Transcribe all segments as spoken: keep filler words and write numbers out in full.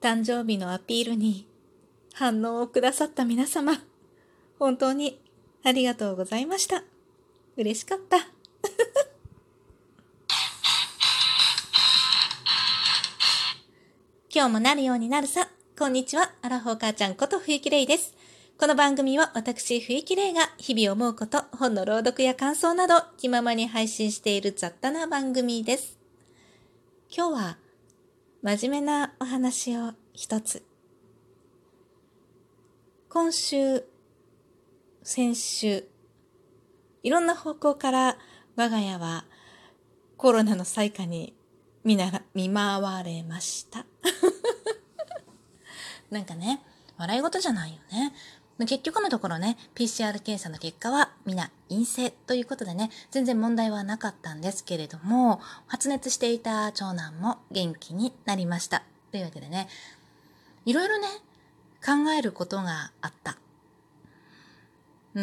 誕生日のアピールに反応をくださった皆様、本当にありがとうございました。嬉しかった。今日もなるようになるさ。こんにちは、アラフォー母ちゃんこと冬木玲です。この番組は私冬木玲が日々思うこと、本の朗読や感想など気ままに配信している雑多な番組です。今日は真面目なお話を一つ。今週、先週、いろんな方向から我が家はコロナの災禍に見なら見舞われました。なんかね、笑い事じゃないよね。結局のところね、ピーシーアール 検査の結果はみんな陰性ということでね、全然問題はなかったんですけれども、発熱していた長男も元気になりました。というわけでね、いろいろね、考えることがあった。うん、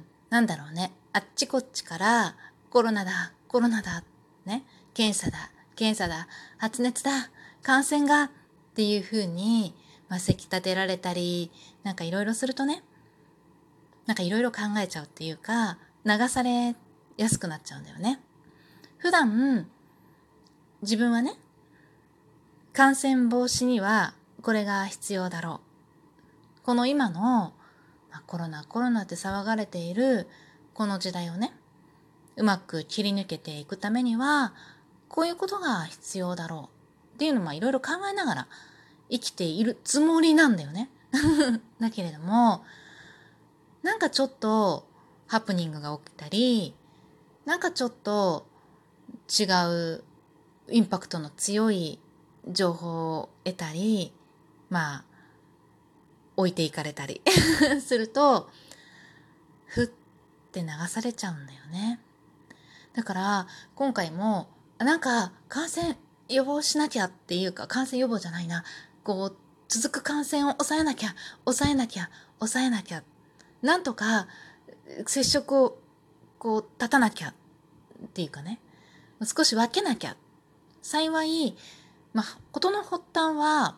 なんだろうね。あっちこっちからコロナだ、コロナだ、ね、検査だ、検査だ、発熱だ、感染がっていうふうに、まあ、せき立てられたり、なんかいろいろするとね、なんかいろいろ考えちゃうっていうか、流されやすくなっちゃうんだよね。普段、自分はね、感染防止にはこれが必要だろう。この今の、まあ、コロナコロナって騒がれているこの時代をね、うまく切り抜けていくためには、こういうことが必要だろうっていうのをいろいろ考えながら生きているつもりなんだよね。だけれども、なんかちょっとハプニングが起きたり、なんかちょっと違うインパクトの強い情報を得たり、まあ、置いていかれたりすると、ふって流されちゃうんだよね。だから今回もなんか感染予防しなきゃっていうか、感染予防じゃないな、こう続く感染を抑えなきゃ抑えなきゃ抑えなきゃ、なんとか接触をこう立たなきゃっていうかね、少し分けなきゃ。幸い、まあ、事の発端は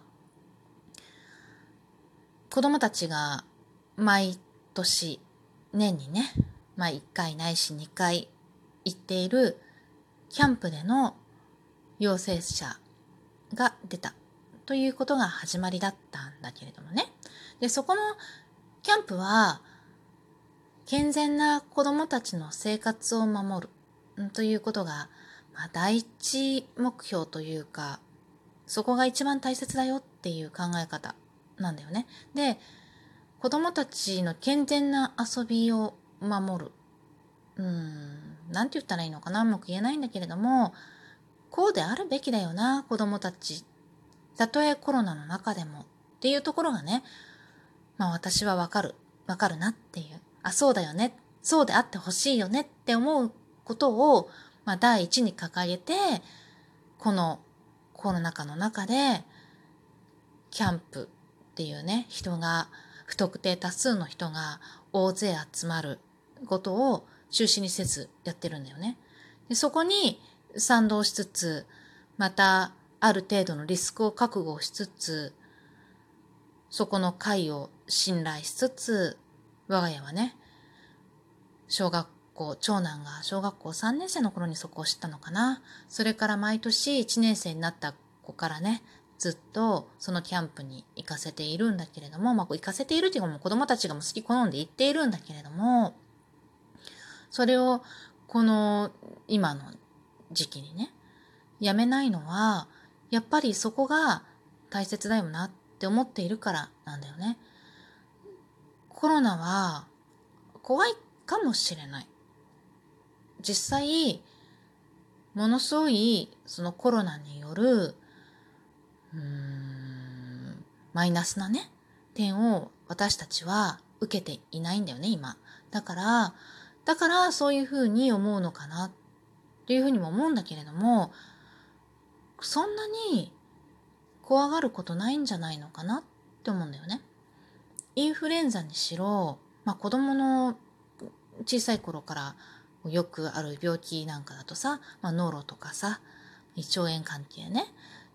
子供たちが毎年年にね、まあいっかいないしにかい行っているキャンプでの陽性者が出たということが始まりだったんだけれどもね。で、そこのキャンプは健全な子どもたちの生活を守るということが、まあ、第一目標というか、そこが一番大切だよっていう考え方なんだよね。で、子どもたちの健全な遊びを守る。うーん、なんて言ったらいいのかな、うまく言えないんだけれども、こうであるべきだよな、子どもたち。たとえコロナの中でもっていうところがね、まあ私はわかる、わかるなっていう。あ、そうだよね。そうであってほしいよねって思うことを、まあ、第一に掲げて、このコロナ禍の中で、キャンプっていうね、人が、不特定多数の人が大勢集まることを中止にせずやってるんだよね。で、そこに賛同しつつ、またある程度のリスクを覚悟しつつ、そこの会を信頼しつつ、我が家はね、小学校、長男が小学校さんねん生の頃にそこを知ったのかな。それから毎年いちねん生になった子からね、ずっとそのキャンプに行かせているんだけれども、まあ行かせているっていうかもう子供たちがもう好き好んで行っているんだけれども、それをこの今の時期にね、やめないのは、やっぱりそこが大切だよなって思っているからなんだよね。コロナは怖いかもしれない。実際、ものすごいそのコロナによるうーんマイナスなね点を私たちは受けていないんだよね今。だからだからそういうふうに思うのかなっていうふうにも思うんだけれども、そんなに怖がることないんじゃないのかなって思うんだよね。インフルエンザにしろ、まあ、子供の小さい頃からよくある病気なんかだとさ、まあ、ノロとかさ、胃腸炎関係ね、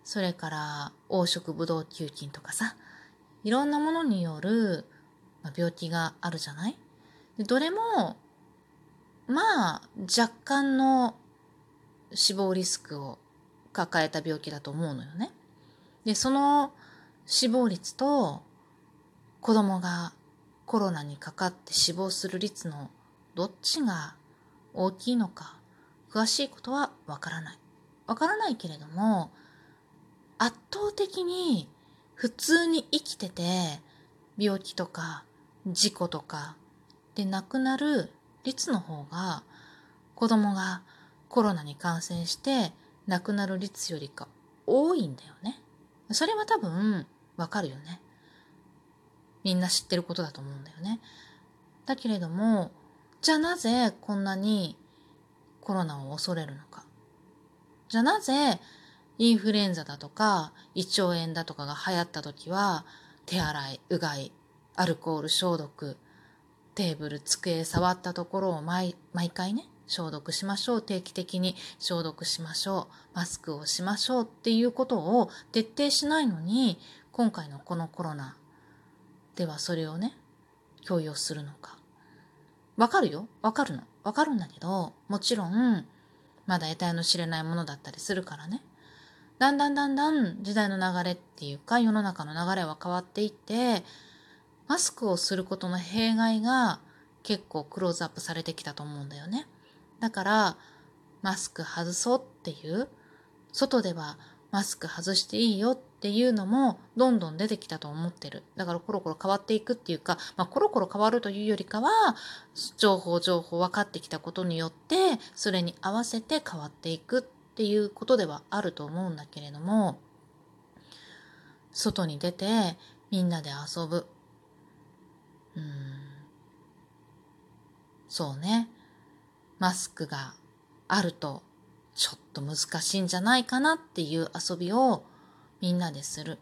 それから黄色ブドウ球菌とかさ、いろんなものによる病気があるじゃない。でどれもまあ若干の死亡リスクを抱えた病気だと思うのよね。でその死亡率と子供がコロナにかかって死亡する率のどっちが大きいのか詳しいことはわからない。わからないけれども、圧倒的に普通に生きてて病気とか事故とかで亡くなる率の方が子供がコロナに感染して亡くなる率よりか多いんだよね。それは多分わかるよね。みんな知ってることだと思うんだよね。だけれども、じゃあなぜこんなにコロナを恐れるのか。じゃあなぜインフルエンザだとか胃腸炎だとかが流行った時は手洗い、うがい、アルコール消毒、テーブル、机触ったところを毎、毎回ね消毒しましょう、定期的に消毒しましょう、マスクをしましょうっていうことを徹底しないのに、今回のこのコロナではそれをね強要するのか。わかるよ、わかるのわかるんだけど、もちろんまだ得体の知れないものだったりするからね。だんだんだんだん時代の流れっていうか世の中の流れは変わっていって、マスクをすることの弊害が結構クローズアップされてきたと思うんだよね。だからマスク外そうっていう、外ではマスク外していいよっていうのもどんどん出てきたと思ってる。だからコロコロ変わっていくっていうか、まあ、コロコロ変わるというよりかは情報情報分かってきたことによってそれに合わせて変わっていくっていうことではあると思うんだけれども、外に出てみんなで遊ぶ、うーんそうね、マスクがあるとちょっと難しいんじゃないかなっていう遊びをみんなでする。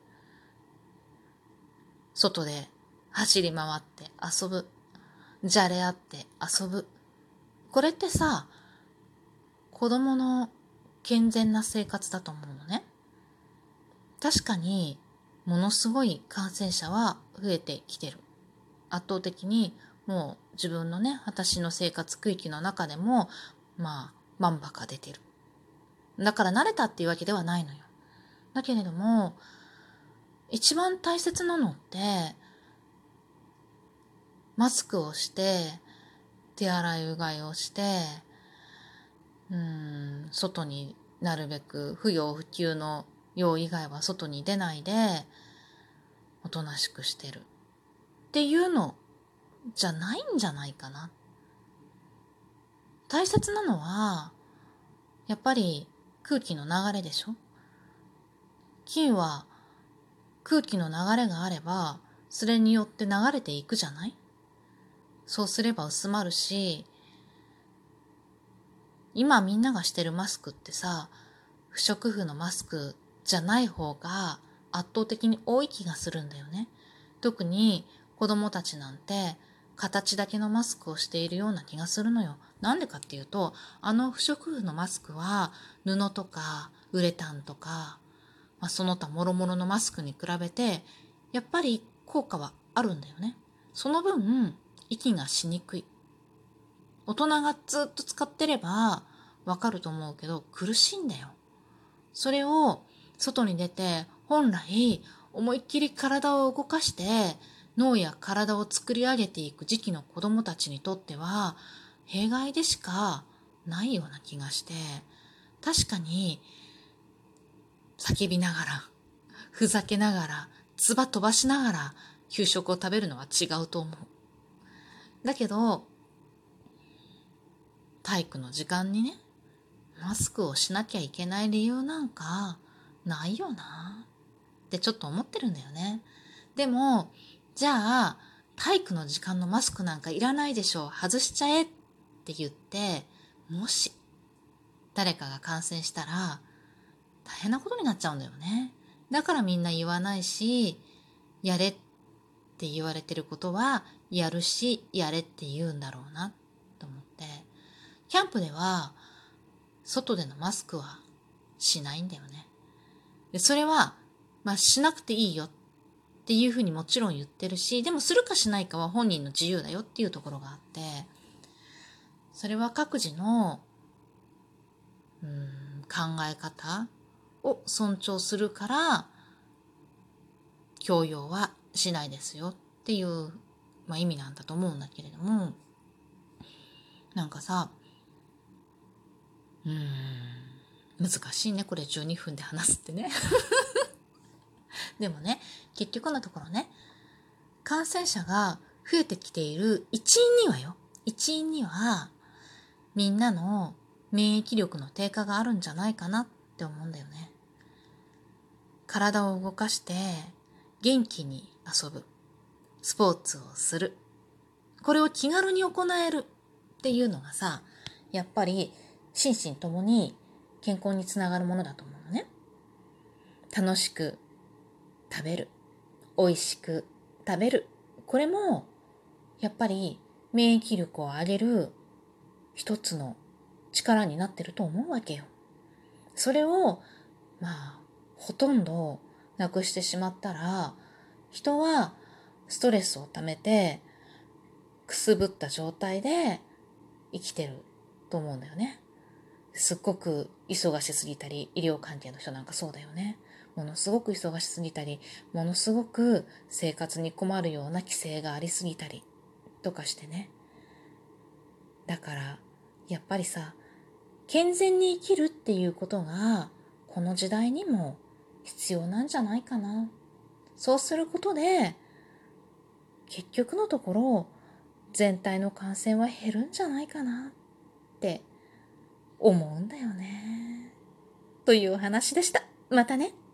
外で走り回って遊ぶ。じゃれ合って遊ぶ。これってさ、子供の健全な生活だと思うのね。確かにものすごい感染者は増えてきてる。圧倒的にもう自分のね、私の生活区域の中でもまあ万馬が出てる。だから慣れたっていうわけではないのよ。だけれども一番大切なのってマスクをして手洗いうがいをして、うーん外になるべく不要不急の用以外は外に出ないでおとなしくしてるっていうのじゃないんじゃないかな。大切なのはやっぱり空気の流れでしょ。菌は空気の流れがあればそれによって流れていくじゃない。そうすれば薄まるし、今みんながしてるマスクってさ、不織布のマスクじゃない方が圧倒的に多い気がするんだよね。特に子供たちなんて形だけのマスクをしているような気がするのよ。なんでかっていうと、あの不織布のマスクは布とかウレタンとか、まあ、その他諸々のマスクに比べてやっぱり効果はあるんだよね。その分息がしにくい。大人がずっと使ってればわかると思うけど苦しいんだよ。それを外に出て本来思いっきり体を動かして脳や体を作り上げていく時期の子供たちにとっては弊害でしかないような気がして、確かに叫びながらふざけながら唾飛ばしながら給食を食べるのは違うと思う。だけど体育の時間にねマスクをしなきゃいけない理由なんかないよなってちょっと思ってるんだよね。でもじゃあ体育の時間のマスクなんかいらないでしょ、外しちゃえって言って、もし誰かが感染したら大変なことになっちゃうんだよね。だからみんな言わないし、やれって言われてることはやるし、やれって言うんだろうなと思って、キャンプでは外でのマスクはしないんだよね。 でそれは、まあ、しなくていいよっていうふうにもちろん言ってるし、でもするかしないかは本人の自由だよっていうところがあって、それは各自のうーん考え方を尊重するから強要はしないですよっていう、まあ、意味なんだと思うんだけれども、なんかさ、うーん難しいね、これじゅうにふんで話すってね。でもね、結局のところね、感染者が増えてきている一因にはよ、一因にはみんなの免疫力の低下があるんじゃないかなって思うんだよね。体を動かして元気に遊ぶ、スポーツをする、これを気軽に行えるっていうのがさ、やっぱり心身ともに健康につながるものだと思うのね。楽しく食べる、美味しく食べる、これもやっぱり免疫力を上げる一つの力になってると思うわけよ。それをまあほとんどなくしてしまったら、人はストレスを溜めてくすぶった状態で生きてると思うんだよね。すっごく忙しすぎたり、医療関係の人なんかそうだよね。ものすごく忙しすぎたり、ものすごく生活に困るような規制がありすぎたりとかしてね。だからやっぱりさ、健全に生きるっていうことがこの時代にも必要なんじゃないかな。そうすることで結局のところ全体の感染は減るんじゃないかなって思うんだよね。という話でした。またね。